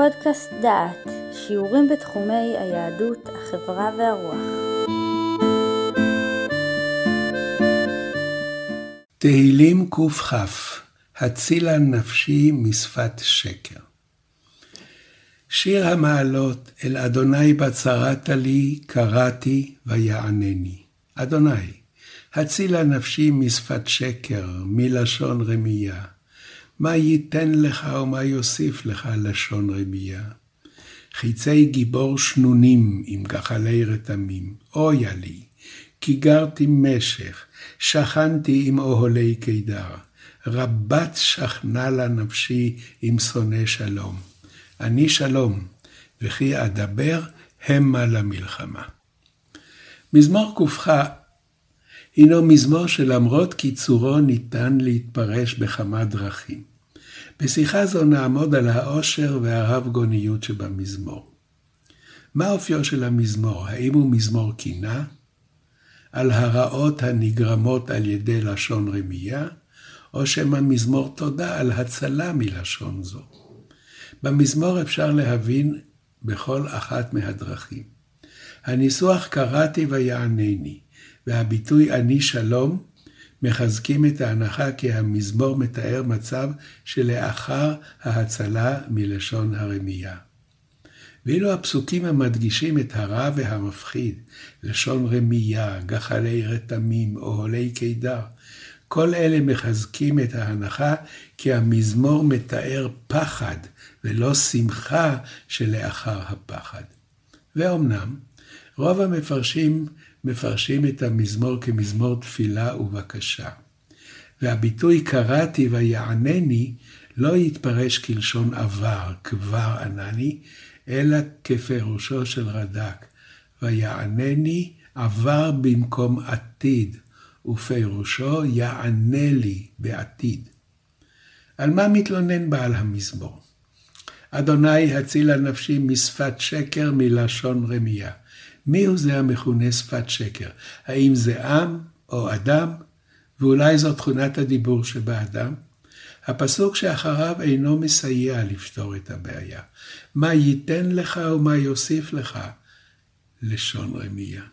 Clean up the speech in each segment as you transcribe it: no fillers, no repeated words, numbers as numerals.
פודקאסט דעת, שיעורים בתחומי היהדות, החברה והרוח. תהילים קכ, הצילה נפשי משפת שקר. שיר המעלות, אל אדוני בצרת לי, קראתי ויענני. אדוני, הצילה נפשי משפת שקר, מלשון רמיה. מה ייתן לך ומה יוסיף לך לשון רמיה? חיצי גיבור שנונים עם גחלי רתמים. אויה לי, כי גרתי משך, שכנתי עם אוהלי קידר. רבת שכנה לה נפשי עם שונא שלום. אני שלום, וכי אדבר המה למלחמה. מזמור קכ הינו מזמור שלמרות קיצורו ניתן להתפרש בכמה דרכים. בשיחה זו נעמוד על העושר והרב גוניות שבמזמור. מה אופיו של המזמור? האם הוא מזמור קינה? על הרעות הנגרמות על ידי לשון רמיה? או שמא מזמור תודה על הצלה מלשון זו? במזמור אפשר להבין בכל אחת מהדרכים. הניסוח קראתי ויענני, והביטוי אני שלום, מחזקים את ההנחה כי המזמור מתאר מצב שלאחר ההצלה מלשון הרמיה. ואילו הפסוקים המדגישים את הרע והמפחיד, לשון רמיה, גחלי רתמים, אוהלי קידר, כל אלה מחזקים את ההנחה כי המזמור מתאר פחד ולא שמחה שלאחר הפחד. ואומנם, רוב המפרשים מפרשים את המזמור כמזמור תפילה ובקשה. והביטוי קראתי ויענני לא יתפרש כלשון עבר, כבר ענני, אלא כפירושו של רד"ק. ויענני עבר במקום עתיד, ופירושו יענה לי בעתיד. על מה מתלונן בעל המזמור? אדוני הצילה נפשי משפת שקר מלשון רמיה. מי הוא זה המכונה שפת שקר? האם זה עם או אדם? ואולי זו תכונת הדיבור שבאדם? הפסוק שאחריו אינו מסייע לפתור את הבעיה. מה ייתן לך ומה יוסיף לך? לשון רמיה.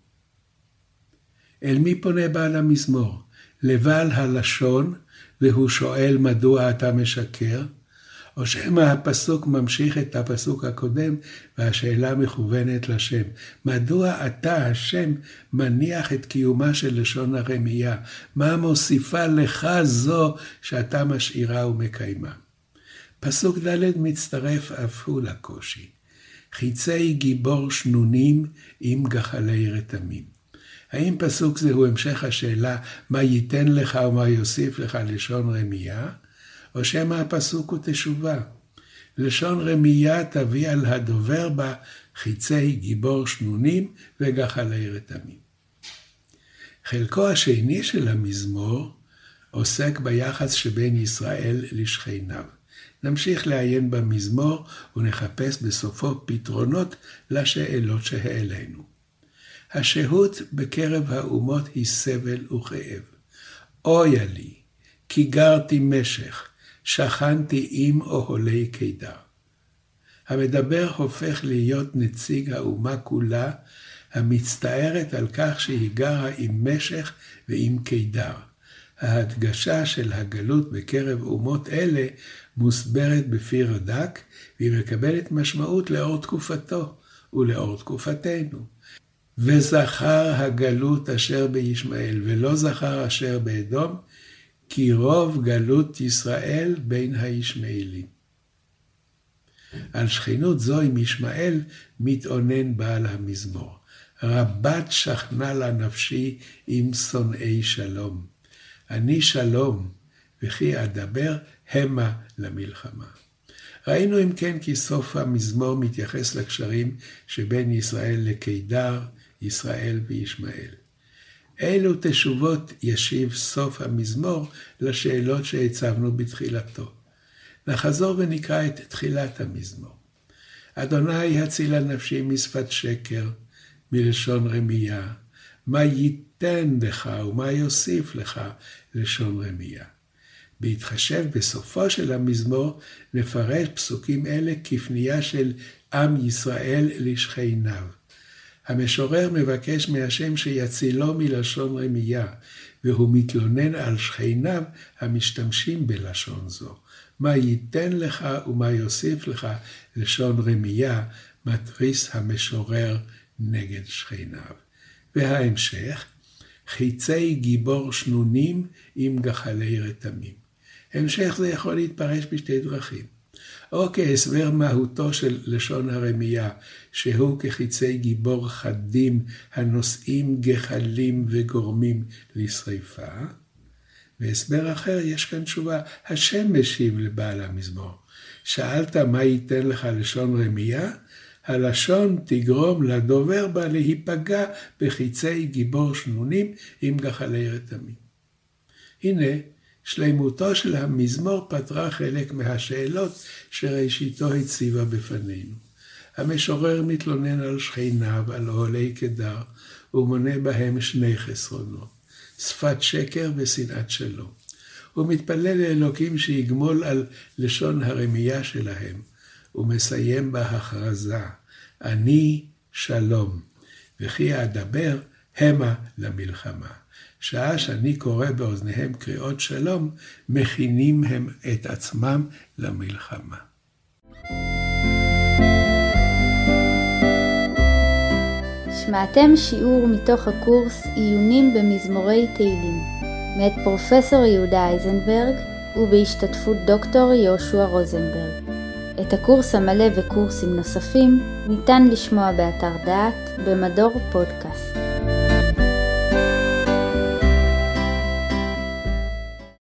אל מי פונה בעל המזמור? לבעל הלשון, והוא שואל מדוע אתה משקר? או שמא הפסוק ממשיך את הפסוק הקודם, והשאלה מכוונת לשם. מדוע אתה, השם, מניח את קיומה של לשון הרמיה? מה מוסיפה לך זו שאתה משאירה ומקיימה? פסוק ד' מצטרף אף הוא לקושי. חיצי גיבור שנונים עם גחלי רתמים. האם פסוק זה הוא המשך השאלה, מה ייתן לך ומה יוסיף לך לשון רמיה? או שמא הפסוק הוא תשובה. לשון רמיה תביא על הדובר בה חיצי גיבור שנונים וגחלי רתמים. חלקו השני של המזמור עוסק ביחס שבין ישראל לשכניו. נמשיך לעיין במזמור ונחפש בסופו פתרונות לשאלות שהעלינו. השהות בקרב האומות היא סבל וכאב. אויה לי, כי גרתי משך, שכנתי עם אוהלי קידר. המדבר הופך להיות נציג האומה כולה, המצטערת על כך שהיא גרה עם משך ועם קידר. ההדגשה של הגלות בקרב אומות אלה מוסברת בפי רד"ק, והיא מקבלת משמעות לאור תקופתו ולאור תקופתנו. וזכר הגלות אשר בישמעאל, ולא זכר אשר באדום, כי רוב גלות ישראל בין הישמעאלים. על שכנות זו עם ישמעאל מתאונן בעל המזמור. רבת שכנה לה נפשי עם שונאי שלום. אני שלום, וכי אדבר המה למלחמה. ראינו אם כן כי סוף המזמור מתייחס לקשרים שבין ישראל לקידר, ישראל וישמעאל. אילו תשובות ישיב סוף המזמור לשאלות שהצבנו בתחילתו. נחזור ונקרא את תחילת המזמור. אדוני הצילה נפשי משפת שקר, מלשון רמיה. מה ייתן לך ומה יוסיף לך לשון רמיה? בהתחשב בסופו של המזמור, נפרש פסוקים אלה כפנייה של עם ישראל לשכניו. המשורר מבקש מהשם שיצילו מלשון רמייה, והוא מתלונן על שכניו המשתמשים בלשון זו. מה ייתן לך ומה יוסיף לך, לשון רמייה, מתריס המשורר נגד שכניו. וההמשך, חיצי גיבור שנונים עם גחלי רתמים. המשך זה יכול להתפרש בשתי דרכים. או כהסבר מהותו של לשון הרמייה, שהוא כחיצי גיבור חדים הנושאים גחלים וגורמים לשריפה. והסבר אחר, יש כאן תשובה, השם משיב לבעל המזמור. שאלת מה ייתן לך לשון רמייה? הלשון תגרום לדובר בה להיפגע בחיצי גיבור שנונים עם גחלי רתמים. הנה, שלימותו של המזמור פתרה חלק מהשאלות שראשיתו הציבה בפנינו. המשורר מתלונן על שכניו, על אוהלי קדר, ומונה בהם שני חסרונות, שפת שקר ושנאת שלום. הוא מתפלל לאלוקים שיגמול על לשון הרמייה שלהם, ומסיים בהכרזה, אני שלום, וכי אדבר המה למלחמה. שעה שאני קורא באוזניהם קריאות שלום, מכינים הם את עצמם למלחמה. שמעתם שיעור מתוך הקורס עיונים במזמורי תהילים, מאת פרופסור יהודה אייזנברג ובהשתתפות דוקטור יהושע רוזנברג. את הקורס המלא וקורסים נוספים ניתן לשמוע באתר דעת במדור פודקאסט.